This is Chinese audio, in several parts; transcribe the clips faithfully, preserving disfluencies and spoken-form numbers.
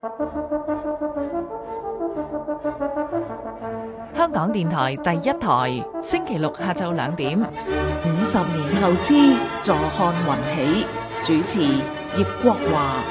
香港電台第一台，星期六下晝兩點。 五十年後之坐看雲起，主持葉國華。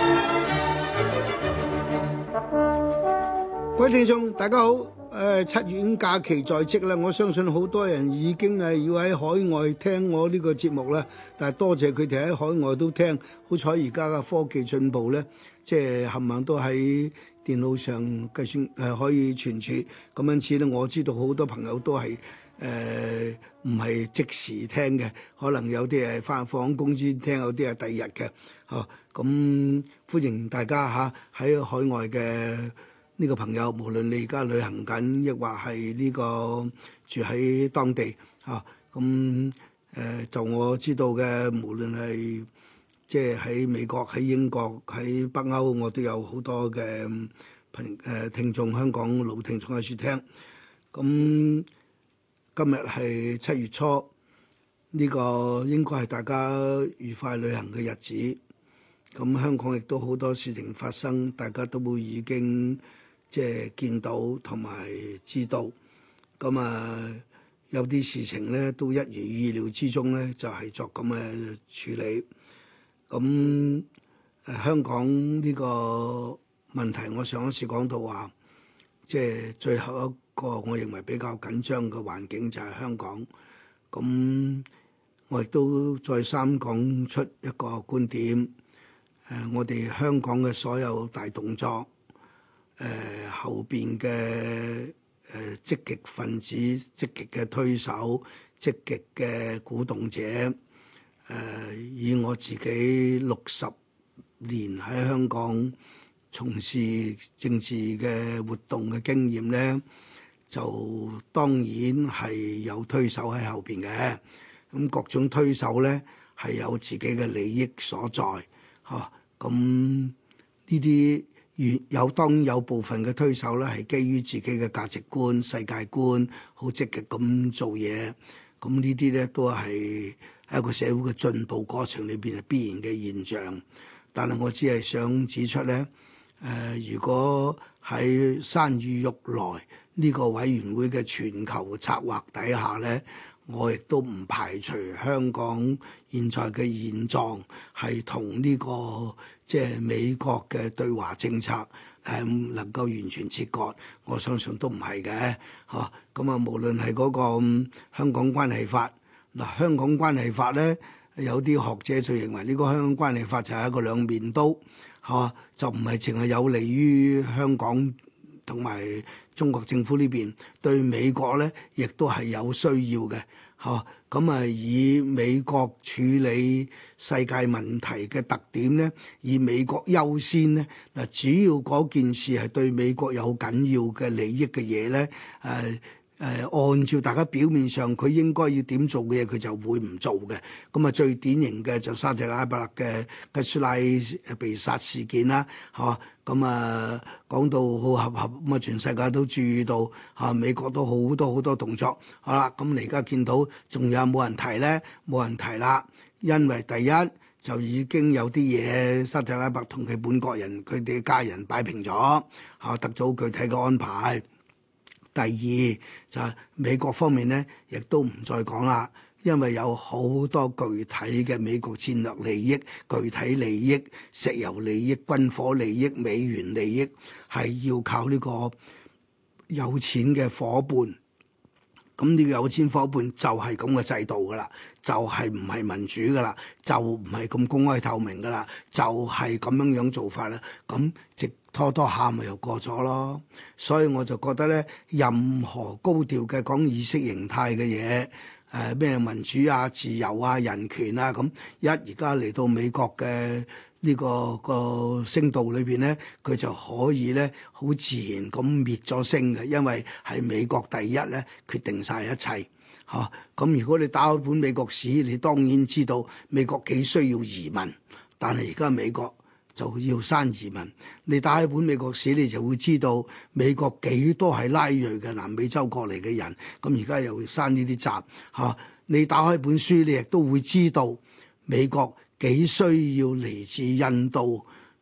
各位聽眾，大家好。誒，七月已經假期在即啦，我相信好多人已經係要喺海外聽我呢個節目啦。但係多謝佢哋喺海外都聽，好彩而家嘅科技進步咧，即係冚唪唥都喺電腦上計算誒可以存儲。咁因此咧，我知道好多朋友都係誒唔係即時聽嘅，可能有啲係翻放工先聽，有啲係第二日嘅。嚇，咁歡迎大家嚇喺海外嘅呢個朋友，無論你而家旅行緊，亦或係呢個住喺當地嚇，咁誒就我知道嘅，無論係即係喺美國、喺英國、喺北歐，我都有好多嘅朋誒聽眾，香港老聽眾喺處聽。咁今日係七月初，呢個應該係大家愉快旅行嘅日子。咁香港亦都好多事情發生，大家都會已經即係見到同埋知道，咁啊有啲事情咧都一如意料之中咧，就係作咁嘅處理。咁誒香港呢個問題，我上一次講到話，即係最後一個我認為比較緊張嘅環境就係香港。咁我亦都再三講出一個觀點，誒我哋香港嘅所有大動作，誒、呃、後邊嘅誒積極分子、積極嘅推手、積極嘅鼓動者，誒、呃、以我自己六十年喺香港從事政治嘅活動嘅經驗咧，就當然係有推手喺後邊嘅。咁各種推手咧係有自己嘅利益所在，嚇咁呢啲。有當然有部分嘅推手咧，係基於自己嘅價值觀、世界觀，好積極咁做嘢。咁呢啲咧都係喺一個社會嘅進步過程裏邊係必然嘅現象。但係我只係想指出咧，誒、呃，如果喺山雨欲來呢個委員會嘅全球策劃底下咧，我亦都唔排除香港現在嘅現狀係同呢個即係美國嘅對華政策誒能夠完全切割，我相信都唔係嘅嚇。咁啊，無論係嗰個、嗯、香港關係法嗱，香港關係法咧，有啲學者就認為呢個香港關係法就係一個兩面刀嚇，就唔係淨係有利於香港同埋中國政府呢邊，對美國咧亦都係有需要嘅嚇。咁啊，以美國處理世界問題嘅特點咧，以美國優先咧嗱，主要嗰件事係對美國有緊要嘅利益嘅嘢咧，誒、呃。誒、呃、按照大家表面上佢應該要點做嘅嘢，佢就會唔做嘅。咁啊，最典型嘅就沙特阿拉伯嘅吉舒拉被殺事件啦，嚇。咁啊，講到好合合咁啊，全世界都注意到嚇、啊，美國都好多好多動作。好啦，咁你而家見到仲有冇人提咧？冇人提啦，因為第一就已經有啲嘢沙特阿拉伯同佢本國人佢哋嘅家人擺平咗，嚇、啊、得咗具體嘅安排。第二就係、是、美國方面咧，亦都唔再講啦，因為有好多具體嘅美國戰略利益、具體利益、石油利益、軍火利益、美元利益，係要靠呢個有錢嘅伙伴。咁呢個有錢伙伴就係咁嘅制度噶啦，就係唔係民主噶啦，就唔係咁公開透明噶啦，就係、是、咁樣樣做法啦。咁直拖拖下咪又過咗咯。所以我就覺得咧，任何高調嘅講意識形態嘅嘢，誒、呃、咩民主啊、自由啊、人權啊，咁一而家嚟到美國嘅呢、這個、這個聲道裏邊咧，佢就可以咧好自然咁滅咗聲嘅，因為係美國第一咧決定晒一切嚇。咁、啊、如果你打開本美國史，你當然知道美國幾需要移民，但係而家美國就要刪移民。你打開本美國史，你就會知道美國幾多係拉裔嘅南美洲過嚟嘅人。咁而家又刪呢啲閘嚇。你打開本書，你亦都會知道美國幾需要嚟自印度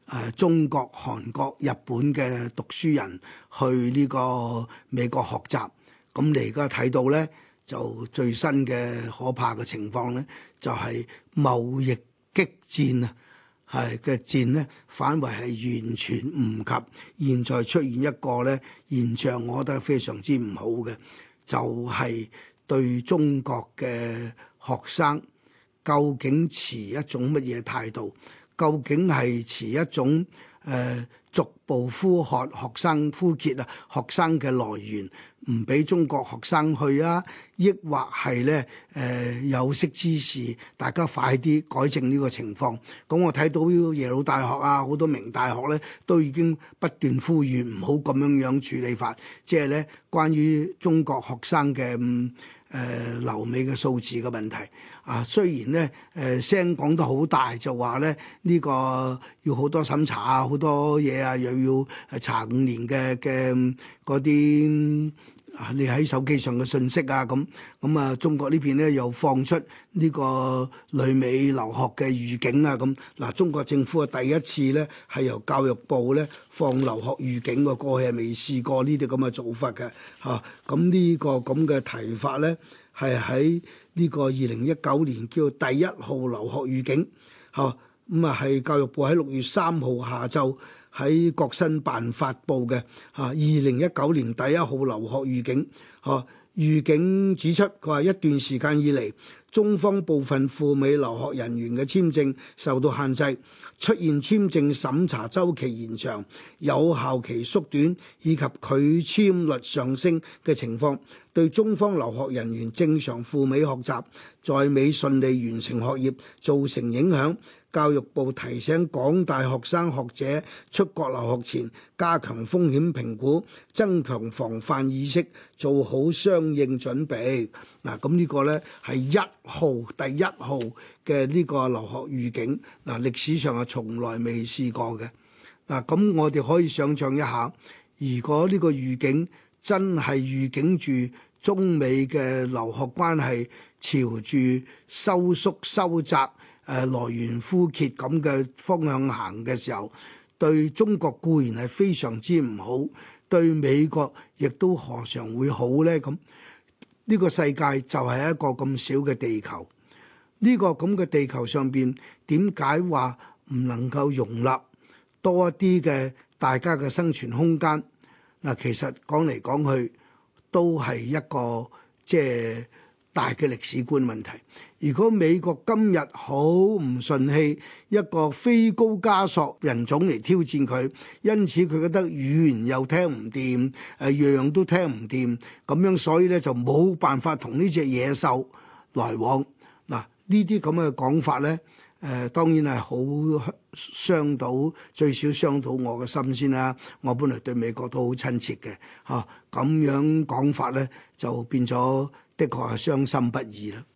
誒中國、韓國、日本嘅讀書人去呢個美國學習。咁你而家睇到咧，就最新嘅可怕嘅情況咧，就係貿易激戰啊！係嘅戰咧，反為係完全唔及現在出現一個咧現象，我覺得非常之唔好嘅，就係、是、對中國嘅學生究竟持一種乜嘢態度？究竟係持一種誒、呃、逐步呼喝學生枯竭啊，學生嘅來源唔俾中國學生去啊，抑或係咧誒有識之士，大家快啲改正呢個情況。咁我睇到耶魯大學啊，好多名大學咧都已經不斷呼籲唔好咁樣樣處理法，即係咧關於中國學生嘅誒、呃、留美嘅數字嘅問題。啊，雖然咧誒聲講得好大，就話咧呢個要好多審查啊，好多嘢啊，又要查五年嘅嘅嗰啲你喺手機上嘅信息啊，咁咁啊，中國呢邊咧又放出呢個旅美留學嘅預警啊，咁嗱，中國政府嘅第一次咧係由教育部咧放留學預警喎，過去係未試過呢啲咁嘅做法嘅嚇，咁呢個咁嘅提法咧係喺呢個二零一九年叫第一號留學預警，嚇咁啊係教育部喺六月三號下晝喺國新辦發布嘅嚇，二零一九年第一號留學預警，嚇預警指出，佢話一段時間以嚟，中方部分赴美留學人員嘅簽證受到限制，出現簽證審查週期延長、有效期縮短以及拒簽率上升嘅情況，對中方留學人員正常赴美學習、在美順利完成學業造成影響。教育部提醒廣大學生學者出國留學前加強風險評估，增強防範意識，做好相應準備。嗱，咁呢個呢係一號第一號嘅呢個留學預警。嗱，歷史上係從來未試過嘅。嗱，咁我哋可以想像一下，如果呢個預警真係預警住中美嘅留學關係朝住收縮收窄，誒來源枯竭咁嘅方向行嘅時候，對中國固然係非常之唔好，對美國亦都何嘗會好呢？咁呢個世界就係一個咁小嘅地球，呢個咁嘅地球上邊點解話唔能夠容納多一啲嘅大家嘅生存空間？嗱，其實講嚟講去都係一個即係大嘅歷史觀問題。如果美國今日好唔順氣，一個非高加索人種嚟挑戰佢，因此佢覺得語言又聽唔掂，誒樣樣都聽唔掂，咁樣所以咧就冇辦法同呢隻野獸來往。嗱，呢啲咁嘅講法咧，誒、呃、當然係好傷到，最少傷到我嘅心先啦。我本來對美國都好親切嘅，嚇、啊、咁樣講法咧就變咗，的確係傷心不已啦。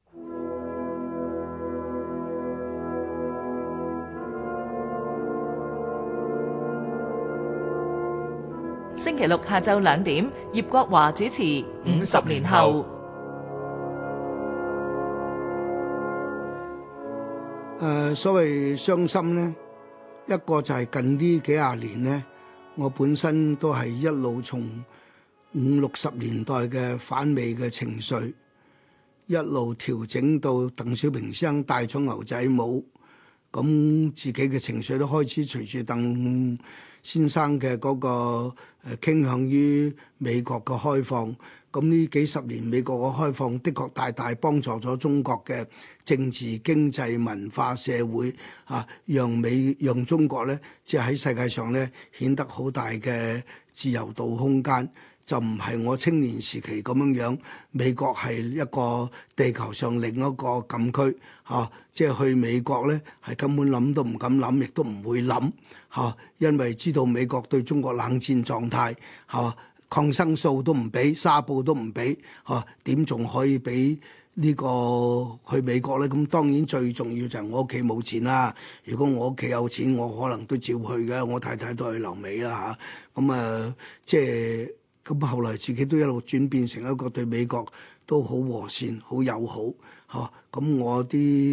星期六下晝兩點，葉國華主持《五十年後》。 誒，所謂傷心呢，一個就係近呢幾廿年呢，我本身都係一路從五六十年代嘅反美嘅情緒，一路調整到鄧小平先生戴咗牛仔帽，咁自己嘅情緒都開始隨住鄧先生嘅嗰個誒傾向於美國嘅開放，咁呢幾十年美國嘅開放的確大大幫助咗中國嘅政治、經濟、文化、社會啊，讓美讓中國咧即係喺世界上咧顯得好大嘅自由度空間。就唔係我青年時期咁樣樣，美國係一個地球上另一個禁區嚇、啊，即係去美國咧係根本諗都唔敢諗，亦都唔會諗嚇、啊，因為知道美國對中國冷戰狀態嚇、啊，抗生素都唔俾，紗布都唔俾嚇，點、啊、仲可以俾呢個去美國咧？咁當然最重要就係我屋企冇錢啦。如果我屋企有錢，我可能都照去嘅。我太太都去留美啦嚇，咁啊即係。咁後來自己都一路轉變成一個對美國都好和善、好友好嚇。咁我啲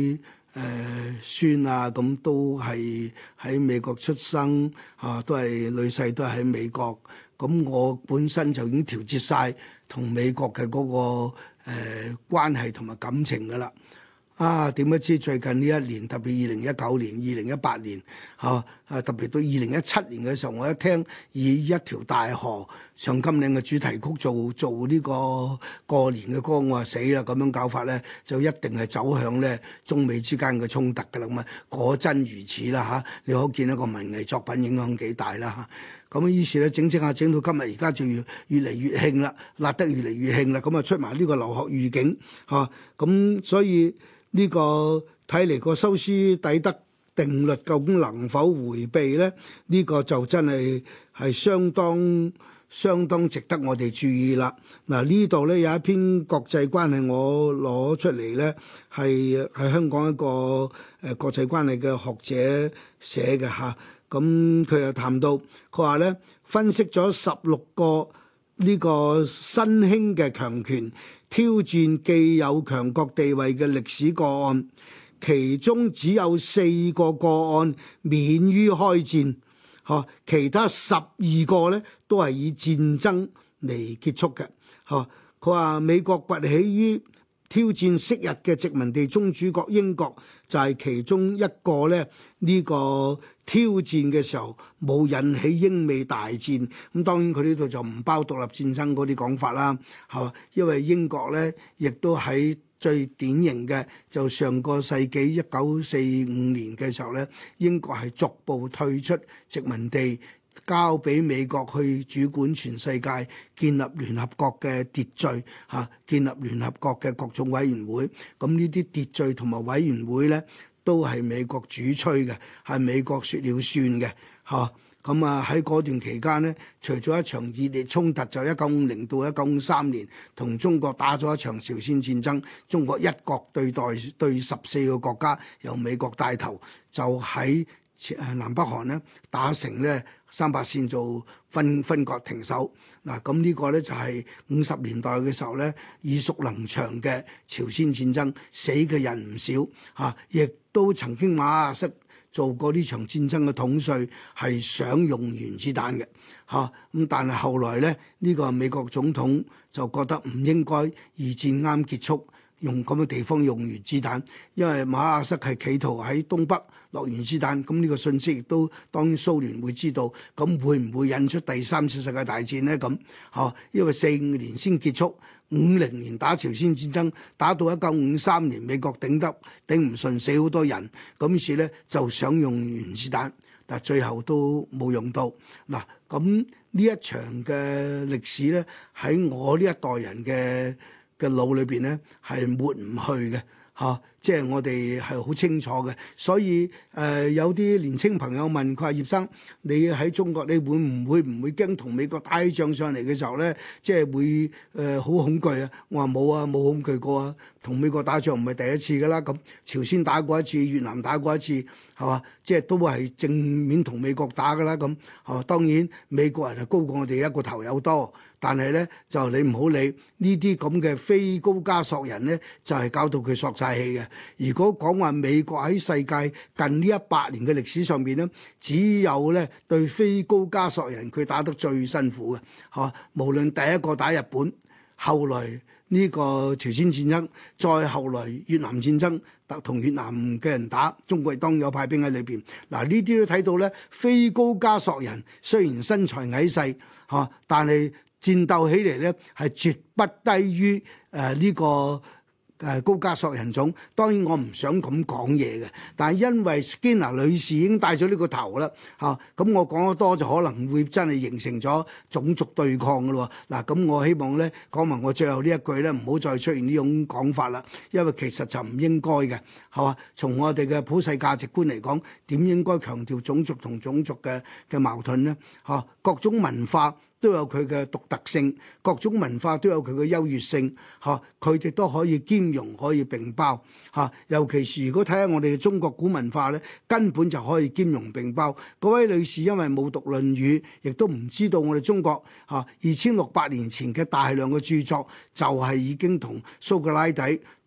誒孫啊，咁都係喺美國出生嚇，都係女婿都係喺美國。咁我本身就已經調節晒同美國嘅嗰、那個誒、呃、關係同埋感情㗎啦。啊，點不知最近呢一年，特別二零一九年、二零一八年嚇，啊特別到二零一七年嘅時候，我一聽以一條大河上甘嶺嘅主題曲做做呢個過年嘅歌，我話死啦！咁樣搞法咧，就一定係走向咧中美之間嘅衝突㗎啦。咁啊，果真如此啦嚇！你可見一個文藝作品影響幾大啦嚇。咁於是咧整整下整到今日，而家就越越嚟越興啦，辣得越嚟越興啦。咁啊出埋呢個留學預警嚇，咁所以。呢個睇嚟個修斯底德定律究竟能否迴避呢？呢個就真係係相當相當值得我哋注意啦。嗱，呢度呢有一篇國際關係我攞出嚟呢，係係香港一個誒國際關係嘅學者寫嘅嚇。咁佢又談到，佢話呢分析咗十六個呢個新興嘅強權挑戰既有強國地位嘅歷史個案，其中只有四個個案免於開戰，嚇，其他十二個咧都係以戰爭嚟結束嘅，嚇。佢話美國崛起於挑戰昔日嘅殖民地宗主國英國，就係其中一個咧呢個挑戰嘅時候冇引起英美大戰。咁當然佢呢度就唔包獨立戰爭嗰啲講法啦，係嘛？因為英國咧亦都喺最典型嘅就上個世紀一九四五年嘅時候咧，英國係逐步退出殖民地，交俾美國去主管全世界，建立聯合國嘅秩序嚇，建立聯合國嘅各種委員會。咁呢啲秩序同埋委員會咧，都係美國主催嘅，係美國説了算嘅嚇。咁啊喺嗰段期間呢，除咗一場熱烈衝突，就一九五零到一九五三年同中國打咗一場朝鮮戰爭，中國一國對待對十四個國家，由美國帶頭，就喺南北韓呢打成呢三八線做分分割停手。嗱，咁呢個呢，就係五十年代嘅時候呢，耳熟能詳嘅朝鮮戰爭，死嘅人唔少嚇，亦都曾經馬亞瑟做過呢場戰爭嘅統帥，係想用原子彈嘅嚇。咁但係後來呢，呢個美國總統就覺得唔應該二戰啱結束，用咁嘅地方用原子彈，因為馬亞瑟係企圖喺東北落原子彈，咁呢個信息亦都當然蘇聯會知道，咁會唔會引出第三次世界大戰呢？咁嚇，因為四五年先結束，五零年打朝鮮戰爭，打到一九五三年美國頂得頂唔順，死好多人，咁於是咧就想用原子彈，但係最後都冇用到。嗱，咁呢一場嘅歷史咧，喺我呢一代人嘅嘅腦裏邊咧係抹唔去嘅嚇，即係我哋係好清楚嘅。所以誒、呃、有啲年青朋友問佢話：葉生，你喺中國你會唔會唔會驚同美國打起仗上嚟嘅時候咧，即係會誒好、呃、恐懼啊？我話冇啊，冇恐懼過啊，同美國打仗唔係第一次㗎啦。咁朝鮮打過一次，越南打過一次，係嘛？即係都係正面同美國打㗎啦。咁哦，當然美國人係高過我哋一個頭有多。但係咧，就你唔好理呢啲咁嘅非高加索人咧，就係、是、搞到佢索晒氣嘅。如果講話美國喺世界近呢一百年嘅歷史上邊咧，只有咧對非高加索人佢打得最辛苦嘅嚇。無論第一個打日本，後來呢個朝鮮戰爭，再後來越南戰爭，同越南嘅人打，中國當有派兵喺裏邊。嗱，呢啲都睇到咧，非高加索人雖然身材矮細嚇，但係戰鬥起嚟咧，係絕不低於誒呢、呃這個誒高加索人種。當然我唔想咁講嘢嘅，但係因為 Skinner 女士已經帶咗呢個頭啦嚇，咁、啊、我講得多就可能會真係形成咗種族對抗嘅咯。嗱、啊，咁我希望咧講埋我最後呢一句咧，唔好再出現呢種講法啦，因為其實就唔應該嘅，係嘛？從我哋嘅普世價值觀嚟講，點應該強調種族同種族嘅嘅矛盾呢？嚇、啊，各種文化都有佢嘅獨特性，各種文化都有佢嘅優越性，嚇，佢哋都可以兼容，可以並包，嚇。尤其是如果睇下我哋嘅中國古文化咧，根本就可以兼容並包。嗰位女士因為冇讀《論語》，亦都唔知道我哋中國嚇二千六百年前嘅大量嘅著作，就係已經同蘇格拉底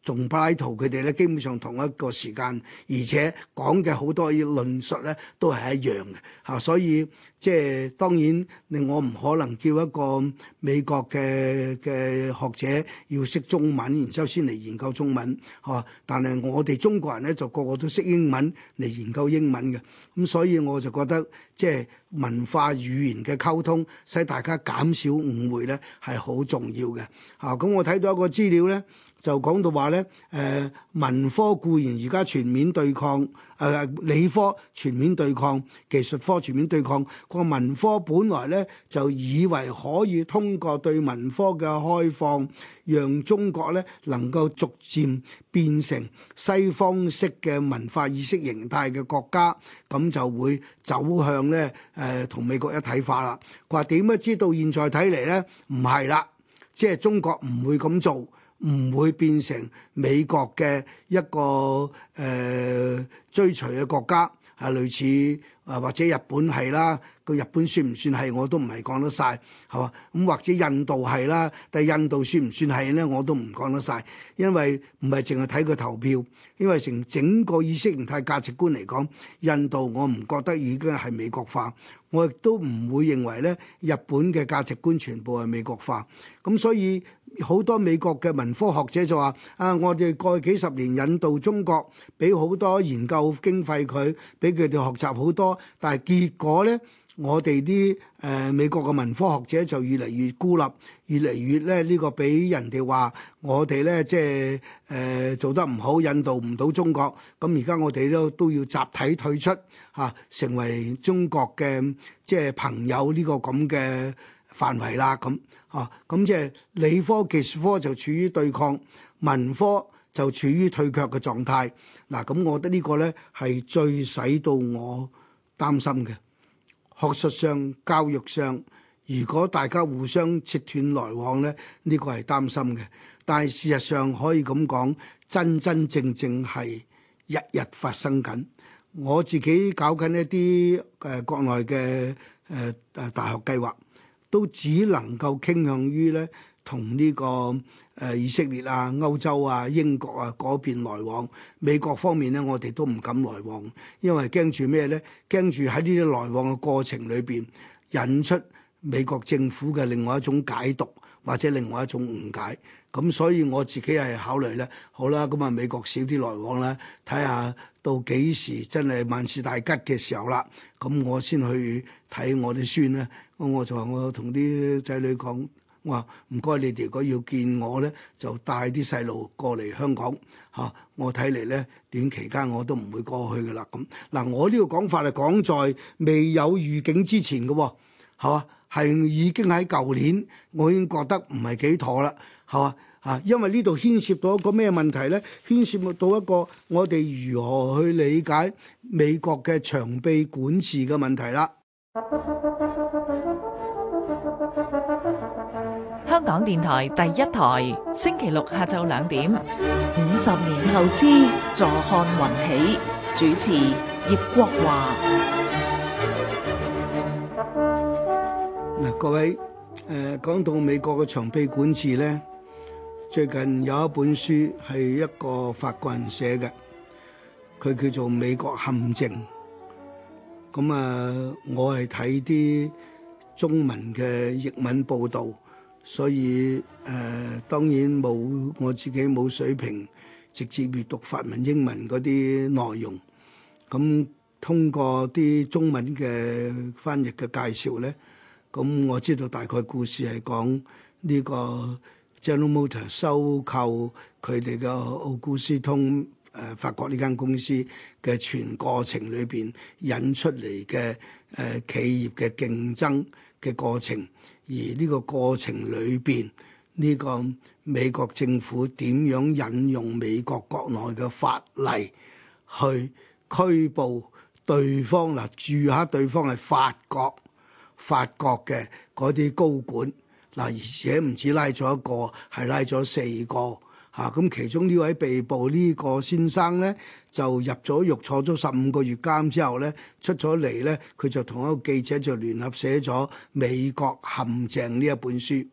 仲柏拉圖佢哋咧，基本上同一個時間，而且講嘅好多論述咧都係一樣嘅嚇，所以即係當然，令我唔可能叫一個美國嘅嘅學者要識中文，然之後先嚟研究中文嚇。但係我哋中國人咧就個個都識英文嚟研究英文嘅，咁所以我就覺得即係文化語言嘅溝通，使大家減少誤會咧係好重要嘅嚇。咁我睇到一個資料咧，就講到話咧，誒、呃、文科固然而家全面對抗，誒、呃、理科全面對抗，技術科全面對抗。個文科本來咧就以為可以通過對文科嘅開放，讓中國咧能夠逐漸變成西方式嘅文化意識形態嘅國家，咁就會走向咧誒同美國一體化啦。佢話點不知到現在睇嚟咧唔係啦，即係中國唔會咁做。唔會變成美國嘅一個誒、呃、追隨嘅國家，係類似啊或者日本係啦，個日本算唔算係我都唔係講得晒，係嘛？咁或者印度係啦，但係印度算唔算係咧？我都唔講得晒，因為唔係淨係睇佢投票，因為成整個意識形態價值觀嚟講，印度我唔覺得已經係美國化，我亦都唔會認為咧日本嘅價值觀全部係美國化，咁所以。好多美國嘅文科學者就話：啊，我哋過去幾十年引導中國，俾好多研究經費佢，俾佢哋學習好多，但係結果呢，我哋啲誒美國嘅文科學者就越嚟越孤立，越嚟越咧呢、呢個俾人哋話我哋呢，即係誒、呃、做得唔好，引導唔到中國。咁而家我哋都都要集體退出嚇、啊，成為中國嘅即係朋友呢個咁嘅範圍啦咁。啊，咁即係理科、技術科就處於對抗，文科就處於退卻嘅狀態。嗱、啊，咁我覺得呢個呢係最使到我擔心嘅。學術上、教育上，如果大家互相切斷來往呢，呢、這個係擔心嘅。但係事實上可以咁講，真真正正係日日發生緊。我自己搞緊一啲誒、呃、國內嘅誒誒大學計劃。都只能夠傾向於咧同呢個誒、呃、以色列啊、歐洲啊、英國啊嗰邊來往，美國方面咧我哋都唔敢來往，因為驚住咩咧？驚住喺呢啲來往嘅過程裏邊引出美國政府嘅另外一種解讀或者另外一種誤解。咁所以我自己係考慮咧，好啦，咁啊美國少啲來往啦，睇下到幾時真係萬事大吉嘅時候啦，咁我先去睇我啲孫咧。咁我就話我同啲仔女講，我話唔該你哋如果要見我咧，就帶啲細路過嚟香港嚇、啊。我睇嚟咧短期間我都唔會過去噶啦。咁嗱，我呢個講法係講在未有預警之前嘅喎，係嘛？係已經喺舊年，我已經覺得唔係幾妥啦，係嘛？啊，因為呢度牽涉到一個咩問題咧？牽涉到一個我哋如何去理解美國嘅長臂管治嘅問題啦。 香港電台第一台，星期六下晝兩點。 五十年後之坐看雲起，主持葉國華。 嗱，各位，誒、呃、講到美國嘅長臂管治咧，最近有一本書係一個法國人寫嘅，佢叫做《美國陷阱》。咁啊，我係睇啲中文嘅譯文報導。所以誒、呃、當然冇我自己冇水平直接閱讀法文英文嗰啲內容，咁通過啲中文嘅翻譯嘅介紹咧，咁我知道大概故事係講呢個 General Motors 收購佢哋嘅奧古斯通誒、呃、法國呢間公司嘅全過程裏邊引出嚟嘅誒企業嘅競爭嘅過程。而呢個過程裏邊，呢個美國政府點樣引用美國國內嘅法例去拘捕對方嗱？注意下對方係法國，法國嘅嗰啲高管嗱，而且唔止拉咗一個，係拉咗四個嚇。咁其中呢位被捕呢個先生咧，就入咗獄坐咗十五個月監之後咧，出咗嚟咧，佢就同一個記者就聯合寫咗《美國陷阱》呢一本書。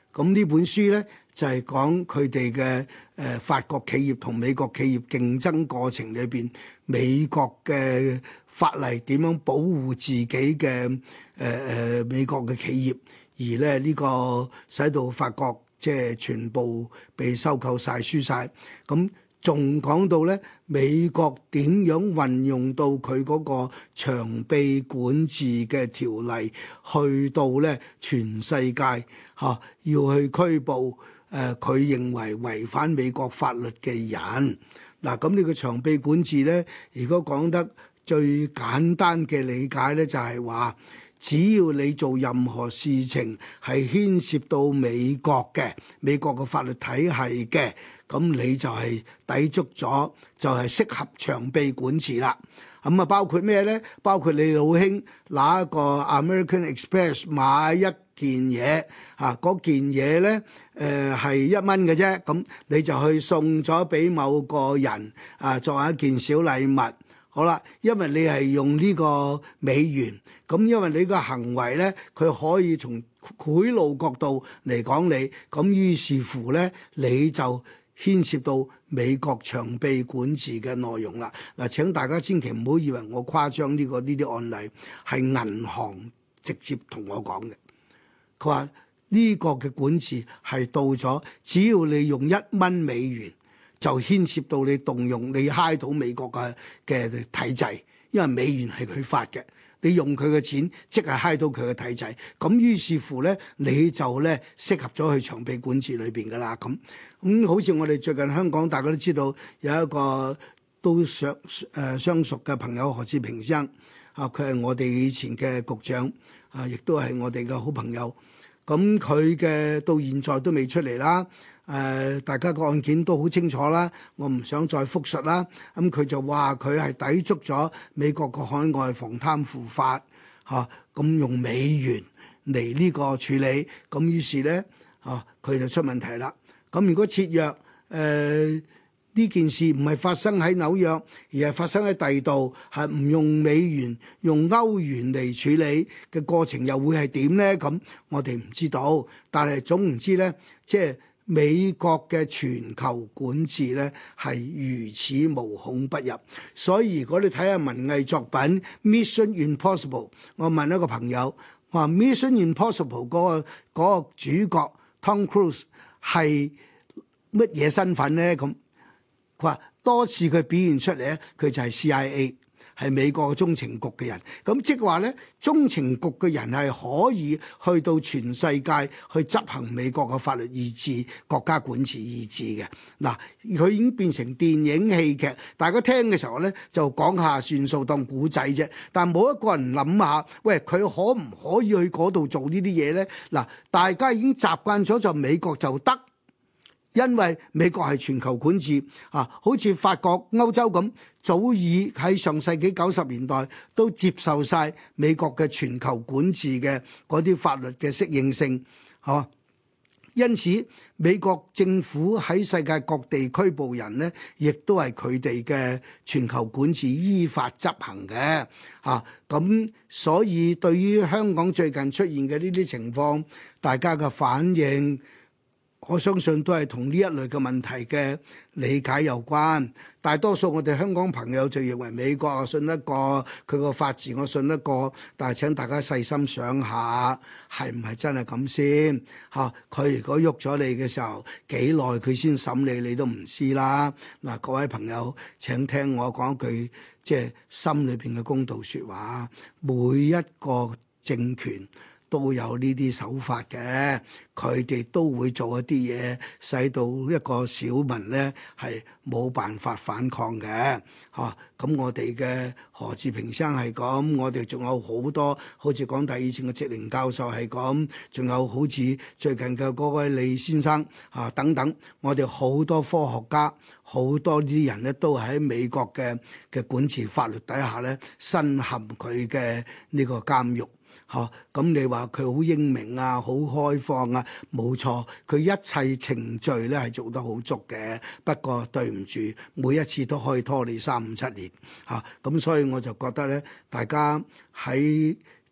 咁呢本書咧就係講佢哋嘅誒法國企業同美國企業競爭過程裏邊，美國嘅法例點樣保護自己嘅誒誒美國嘅企業，而咧呢個使到法國即係全部被收購晒、輸晒。咁仲講到咧美國點樣運用到佢嗰個長臂管治嘅條例，去到咧全世界嚇、啊、要去拘捕誒佢、呃、認為違反美國法律嘅人。嗱，咁呢個長臂管治咧，如果講得最簡單嘅理解咧，就係話，只要你做任何事情係牽涉到美國嘅美國嘅法律體系嘅，咁你就係抵觸咗，就係適合長臂管治啦。咁啊，包括咩咧？包括你老兄拿一個 American Express 買一件嘢，啊嗰件嘢咧誒係一蚊嘅啫，咁你就去送咗俾某個人啊，作為一件小禮物。好啦，因為你係用呢個美元，咁因為你個行為咧，佢可以從賄賂角度嚟講你，咁於是乎咧，你就牽涉到美國長臂管治嘅內容啦。嗱，請大家千祈唔好以為我誇張呢個呢啲案例係銀行直接同我講嘅。佢話呢個嘅管治係到咗，只要你用一蚊美元，就牽涉到你動用你揩到美國嘅嘅體制，因為美元係佢發嘅，你用佢嘅錢即係揩到佢嘅體制，咁於是乎咧你就咧適合咗去長臂管治裏邊噶啦。咁咁好似我哋最近香港大家都知道有一個都相誒相熟嘅朋友何志平生啊，佢係我哋以前嘅局長啊，亦都係我哋嘅好朋友。咁佢嘅到現在都未出嚟啦。誒、呃，大家個案件都好清楚啦，我唔想再複述啦。咁、嗯、佢就話佢係抵觸咗美國個海外防貪腐法，嚇、啊、咁用美元嚟呢個處理，咁於是咧嚇佢就出問題啦。咁如果設若誒呢件事唔係發生喺紐約，而係發生喺第二度，係唔用美元用歐元嚟處理嘅過程，又會係點咧？咁我哋唔知道，但係總唔知咧，即係。美國嘅全球管治咧係如此無孔不入，所以如果你睇下文藝作品《Mission Impossible》，我問一個朋友，我話《Mission Impossible》嗰個嗰個主角 Tom Cruise 係乜嘢身份咧？咁佢話多次佢表現出嚟咧，佢就係 C I A。係美國嘅中情局嘅人，咁即係話咧，中情局嘅人係可以去到全世界去執行美國嘅法律意志、國家管治意志嘅。嗱，佢已經變成電影戲劇，大家聽嘅時候咧就講下算數當古仔啫。但係冇一個人諗下，喂，佢可唔可以去嗰度做呢啲嘢咧？嗱，大家已經習慣咗就美國就得。因為美國係全球管治啊，好似法國、歐洲咁，早已喺上世紀九十年代都接受晒美國嘅全球管治嘅嗰啲法律嘅適應性，嚇、啊。因此，美國政府喺世界各地拘捕人呢，亦都係佢哋嘅全球管治依法執行嘅，嚇。咁所以對於香港最近出現嘅呢啲情況，大家嘅反應，我相信都係同呢一類嘅問題嘅理解有關。大多數我哋香港朋友就認為美國我信得過，佢個法治我信得過，但係請大家細心想下，係唔係真係咁先嚇？佢如果喐咗你嘅時候，幾耐佢先審理你都唔知啦。嗱，各位朋友請聽我講一句，即係心裏邊嘅公道説話，每一個政權都有呢啲手法嘅，佢哋都會做一啲嘢，使到一個小民咧係冇辦法反抗嘅，嚇、啊。咁我哋嘅何志平生係咁，我哋仲有好多，好似港大以前嘅職寧教授係咁，仲有好似最近嘅嗰位李先生嚇、啊、等等，我哋好多科學家，好多呢啲人咧都喺美國嘅嘅管治法律底下咧，身陷佢嘅呢個監獄。嚇，咁、嗯、你話佢好英明啊，好開放啊，冇錯，佢一切程序咧係做得好足嘅。不過對唔住，每一次都可以拖你三五七年嚇，咁、嗯、所以我就覺得咧，大家喺即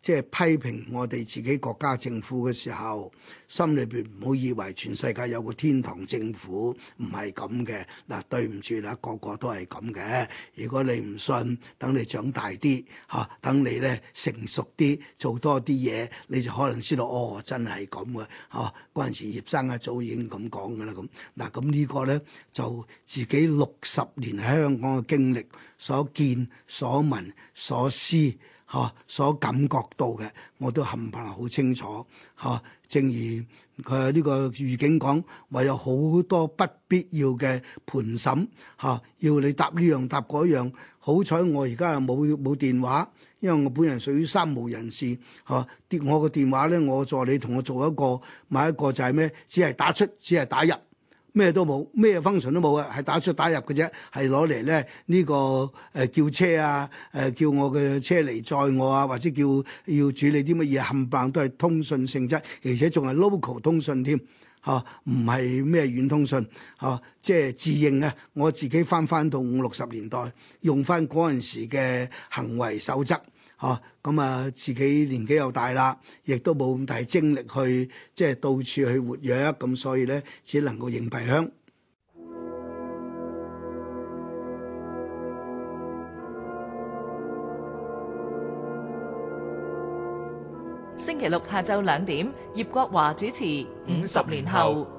即係批評我哋自己國家政府嘅時候，心裏邊唔好以為全世界有個天堂政府，唔係咁嘅。嗱，對唔住啦，個個都係咁嘅。如果你唔信，等你長大啲嚇，等你咧成熟啲，做多啲嘢，你就可能知道哦，真係咁嘅嚇。嗰陣時葉生一早已經咁講㗎啦。咁嗱，咁呢個咧就自己六十年喺香港嘅經歷所見所聞所思。嚇，所感覺到嘅，我都冚唪唥好清楚嚇。正如佢呢個預警講，話有好多不必要嘅盤審嚇，要你答呢樣答嗰樣。好彩我而家又冇冇電話，因為我本人屬於三無人士嚇。跌我個電話咧，我助理同我做一個買一個就係咩？只係打出，只係打入。咩都冇，咩 function 都冇嘅，係打出打入嘅啫，係攞嚟咧呢個誒、呃、叫車啊，誒、呃、叫我嘅車嚟載我啊，或者叫要處理啲乜嘢冚唪唥都係通訊性質，而且仲係 local 通訊添嚇，唔係咩遠通訊嚇、啊，即係自認啊，我自己翻翻到五六十年代，用翻嗰陣時嘅行為守則。嚇咁啊！自己年紀又大啦，亦都冇咁大精力去即係到處去活躍，咁所以咧只能夠認閉鄉。 星期六下晝兩點，葉國華主持《五十年後》。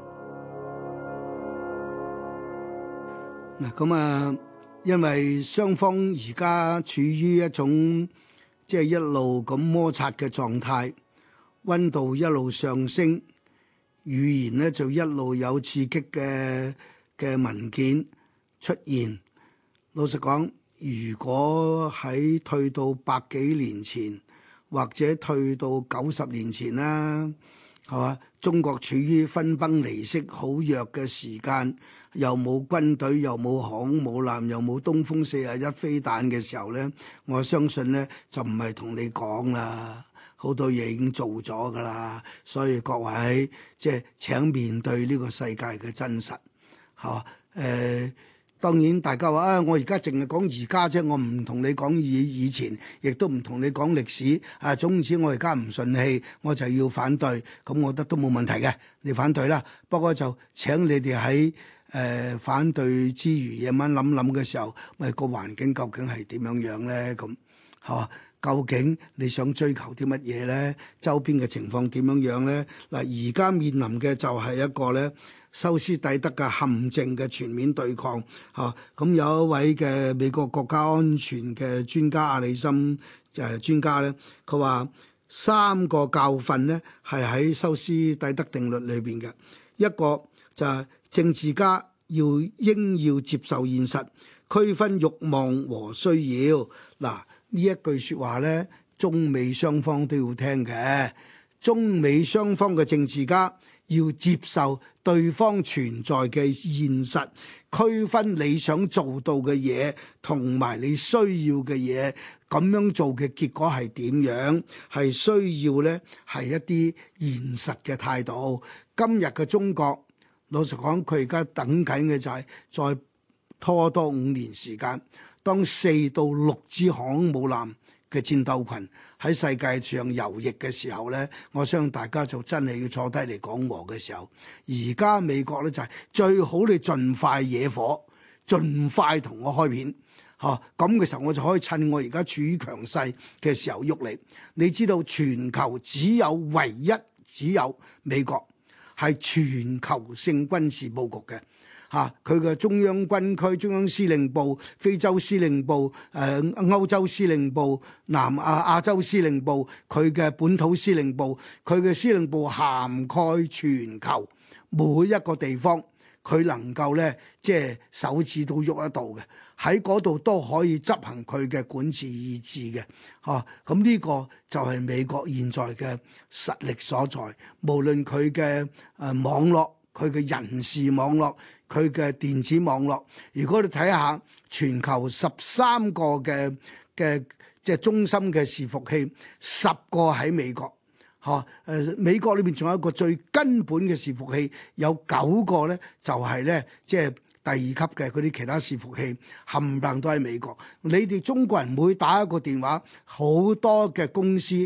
嗱咁啊，因為雙方而家處於一種即係一路咁摩擦嘅狀態，溫度一路上升，語言咧就一路有刺激嘅嘅文件出現。老實講，如果喺退到百幾年前，或者退到九十年前啦，係嘛？中國處於分崩離析好弱嘅時間，又冇軍隊，又冇航空母艦，又冇東風四十一飛彈嘅時候咧，我相信咧就唔係同你講啦，好多嘢已經做咗噶啦。所以各位即係請面對呢個世界嘅真實，嚇誒。當然大家話啊，我而家淨係講而家啫，我唔同你講以以前，亦都唔同你講歷史。啊，總之我而家唔順氣，我就要反對。咁我覺得都冇問題嘅，你反對啦。不過就請你哋喺誒反對之餘，夜晚諗諗嘅時候，咪個環境究竟係點樣樣咧？咁嚇，究竟你想追求啲乜嘢咧？周邊嘅情況點樣樣咧？嗱，而家面臨嘅就係一個咧，修斯底德嘅陷阱嘅全面對抗嚇，咁、啊、有一位嘅美國國家安全嘅專家阿里森就係、是、專家咧，佢話三個教訓咧係喺修斯底德定律裏邊嘅，一個就係政治家要應要接受現實，區分慾望和需要。嗱，呢一句説話咧，中美雙方都要聽嘅，中美雙方嘅政治家要接受對方存在嘅現實，區分你想做到嘅嘢同埋你需要嘅嘢，咁樣做嘅結果係點樣？係需要呢，係一啲現實嘅態度。今日嘅中國，老實講，佢而家等緊嘅就係再拖多五年時間，當四到六支航空母艦嘅戰鬥群喺世界上遊弋嘅時候呢，我相信大家就真係要坐低嚟講和嘅時候。而家美國呢，就係、是、最好你盡快惹火，盡快同我開片嚇，咁嘅時候我就可以趁我而家處於強勢嘅時候喐你。你知道全球只有唯一只有美國係全球性軍事佈局嘅。嚇，佢嘅中央軍區、中央司令部、非洲司令部、誒、呃、歐洲司令部、南亞亞洲司令部，佢嘅本土司令部，佢嘅司令部涵蓋全球每一個地方，佢能夠咧即係手指都喐得到嘅，喺嗰度都可以執行佢嘅管治意志嘅。嚇，咁呢個就係美國現在嘅實力所在，無論佢嘅誒網絡、佢嘅人事網絡、佢嘅電子網絡，如果你睇下全球十三個嘅嘅即係中心嘅伺服器，十個喺美國，嚇誒、呃、美國裏邊仲有一個最根本嘅伺服器，有九個咧就係咧即係第二級嘅嗰啲其他伺服器，冚唪唥都喺美國。你哋中國人每打一個電話，好多嘅公司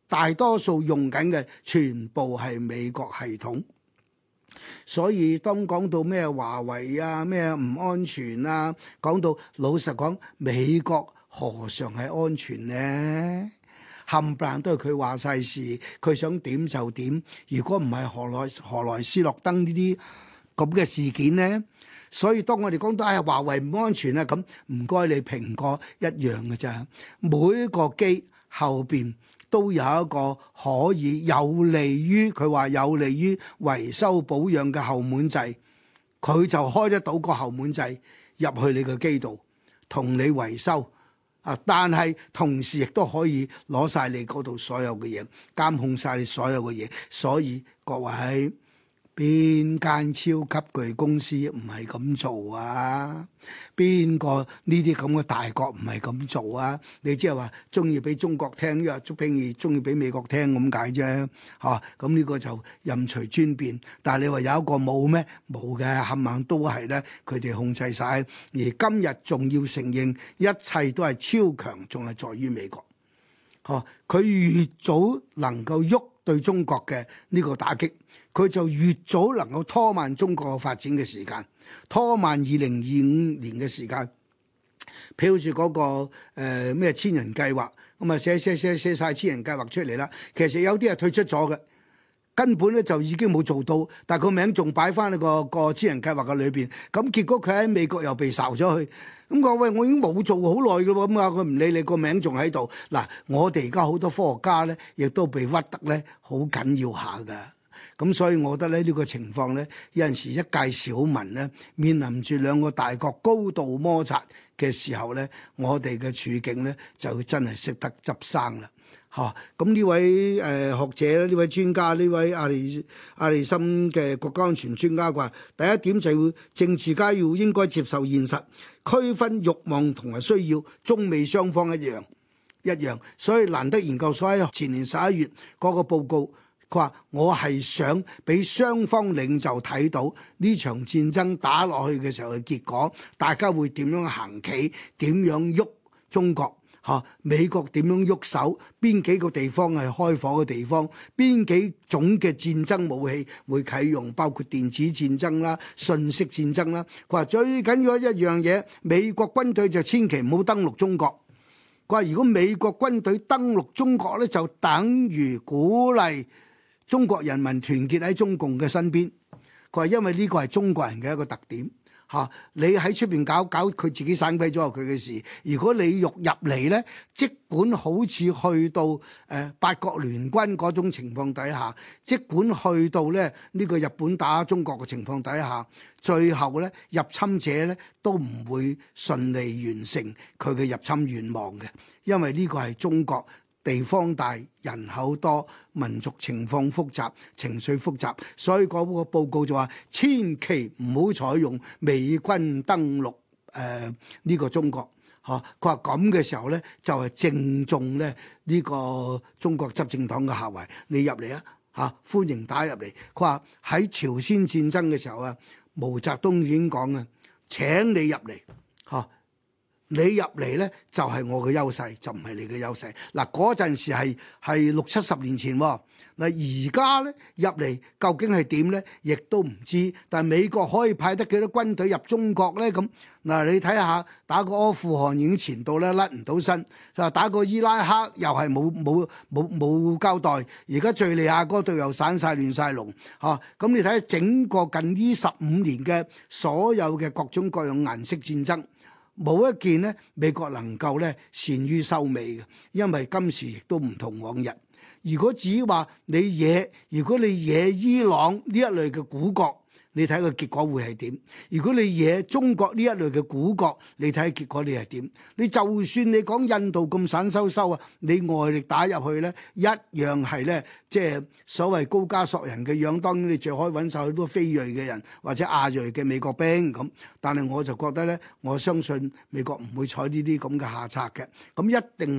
大多數用緊嘅全部係美國系統。所以當講到咩華為啊，咩唔安全啊，講到老實講，美國何嘗係安全呢？冚唪唥都係佢話晒事，佢想點就點。如果唔係何來何來斯諾登呢啲咁嘅事件呢？所以當我哋講到係華為唔安全啊，咁唔該你蘋果一樣嘅咋，每個機後邊都有一個可以有利於佢話有利於維修保養嘅後門掣，佢就開得到個後門掣入去你個機度同你維修啊！但係同時亦都可以攞晒你嗰度所有嘅嘢，監控晒你所有嘅嘢。所以各位，邊間超級巨公司唔係咁做啊？邊個呢啲咁嘅大國唔係咁做啊？你即係話中意俾中國聽，因為譬如中意俾美國聽咁解啫，嚇咁呢個就任隨尊便。但係你話有一個冇咩？冇嘅，冚唪唥都係咧，佢哋控制晒。而今日仲要承認，一切都係超強，仲係在於美國。嚇，佢越早能夠喐對中國嘅呢個打擊，佢就越早能夠拖慢中國嘅發展嘅時間，拖慢二零二五年嘅時間。譬如住嗰個咩、呃、千人計劃，咁啊寫寫寫寫曬千人計劃出嚟啦。其實有啲係退出咗嘅，根本咧就已經冇做到，但係個名仲擺翻喺個個千人計劃嘅裏邊。咁結果佢喺美國又被哨咗去。咁我喂，我已經冇做好耐嘅喎，咁啊佢唔理你個名仲喺度。嗱，我哋而家好多科學家咧，亦都被屈得咧好緊要下㗎。咁所以我覺得咧呢個情況咧，有陣時一介小民咧面臨住兩個大國高度摩擦嘅時候咧，我哋嘅處境咧就真係識得執生啦。嚇！咁呢位誒、呃、學者呢位專家，呢位阿里阿里森嘅國家安全專家話，第一點就要政治家要應該接受現實，區分慾望同埋需要，中美雙方一樣一樣。所以蘭德研究所喺前年十一月嗰個報告，佢話我係想俾雙方領袖睇到呢場戰爭打落去嘅時候嘅結果，大家會點樣行企，點樣喐中國。嚇！美國點樣喐手？邊幾個地方係開火嘅地方？邊幾種嘅戰爭武器會啟用？包括電子戰爭啦、信息戰爭啦。佢話最緊要一樣嘢，美國軍隊就千祈唔好登陸中國。佢話如果美國軍隊登陸中國咧，就等於鼓勵中國人民團結喺中共嘅身邊。佢話因為呢個係中國人嘅一個特點。嚇！你喺出邊搞搞佢自己省鬼咗佢嘅事。如果你欲入嚟呢，即管好似去到誒、呃、八國聯軍嗰種情況底下，即管去到咧呢、呢個日本打中國嘅情況底下，最後呢入侵者呢都唔會順利完成佢嘅入侵願望嘅，因為呢個係中國。地方大、人口多、民族情況複雜、情緒複雜，所以嗰個報告就話：千祈唔好採用美軍登陸誒呢、呃呢個中國。嚇、啊，佢話咁嘅時候咧，就係、是、正中咧呢、呢個中國執政黨嘅下懷。你入嚟啊！嚇，歡迎打入嚟。佢話喺朝鮮戰爭嘅時候啊，毛澤東已經講啊，請你入嚟嚇。啊你入嚟呢，就係、是、我嘅優勢，就唔係你嘅優勢。嗱，嗰陣時係係六七十年前喎。嗱，而家呢，入嚟究竟係點呢？亦都唔知。但係美國可以派得幾多軍隊入中國呢？咁嗱，你睇下打個阿富汗已經前到咧，甩唔到身。就打個伊拉克又係冇冇冇冇交代。而家敍利亞嗰度又散晒亂晒龍嚇。咁、啊、你睇下整個近呢十五年嘅所有嘅各種各樣顏色戰爭。冇一件呢，美國能夠咧善於收尾嘅，因為今時亦都唔同往日。如果至於話你惹，如果你惹伊朗呢一類嘅古國，你睇個結果會係點？如果你惹中國呢一類嘅古國，你睇結果你係點？你就算你講印度咁散收收啊，你外力打入去呢，一樣係呢，即係所謂高加索人嘅樣。當然你最可以揾晒好多非裔嘅人或者亞裔嘅美國兵咁，但係我就覺得呢，我相信美國唔會採呢啲咁嘅下策嘅。咁一定係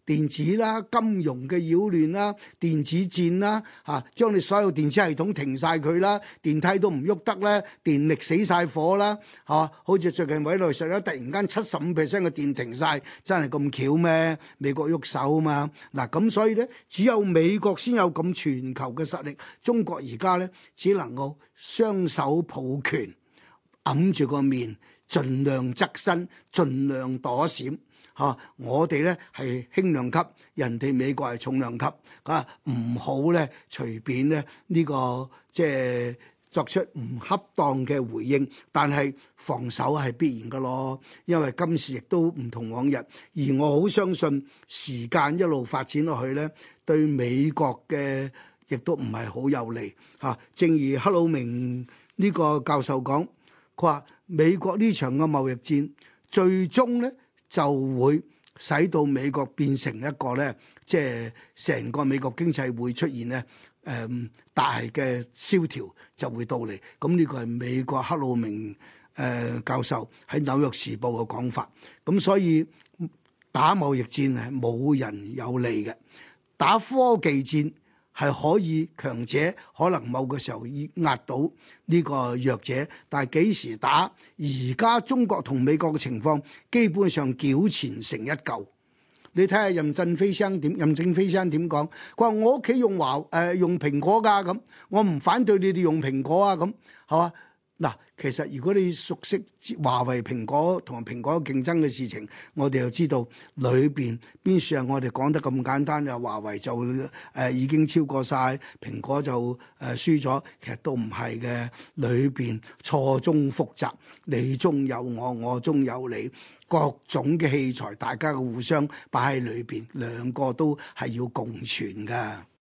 電子啦、金融嘅擾亂啦、電子戰啦，嚇將你所有電子系統停晒佢啦，電梯都唔喐得咧，電力死晒火啦，嚇！好似最近委內瑞拉突然間七十五 percent 嘅電停晒，真係咁巧咩？美國喐手啊嘛，嗱咁所以咧，只有美國先有咁全球嘅實力，中國而家咧只能夠雙手抱拳，揞住個面，盡量側身，盡量躲閃。嚇、啊！我哋咧係輕量級，人哋美國係重量級，啊唔好咧隨便咧呢、這個即係作出唔恰當嘅回應，但係防守係必然㗎咯，因為今時亦都唔同往日，而我好相信時間一路發展落去咧，對美國嘅亦都唔係好有利嚇、啊。正如克魯明呢個教授講，佢話美國呢場嘅貿易戰最終咧，就會使到美國變成一個咧，即係成個美國經濟會出現咧，誒、嗯、大嘅蕭條就會到嚟。咁呢個係美國克魯明誒、呃、教授喺紐約時報嘅講法。咁所以打貿易戰係冇人有利嘅，打科技戰係可以強者可能某個時候壓倒呢個弱者，但係幾時打？而家中國同美國嘅情況基本上糾纏成一嚿。你睇下任正非先生點？任正非先生點講？佢話我屋企用華誒、呃、用蘋果㗎咁，我唔反對你哋用蘋果啊咁，係嘛？嗱，其實如果你熟悉華為、蘋果同埋蘋果競爭嘅事情，我哋就知道裏邊邊處係我哋講得咁簡單，就華為就誒、呃、已經超過晒，蘋果就誒、呃、輸咗，其實都唔係嘅，裏邊錯綜複雜，你中有我，我中有你，各種嘅器材大家嘅互相擺喺裏邊，兩個都係要共存㗎。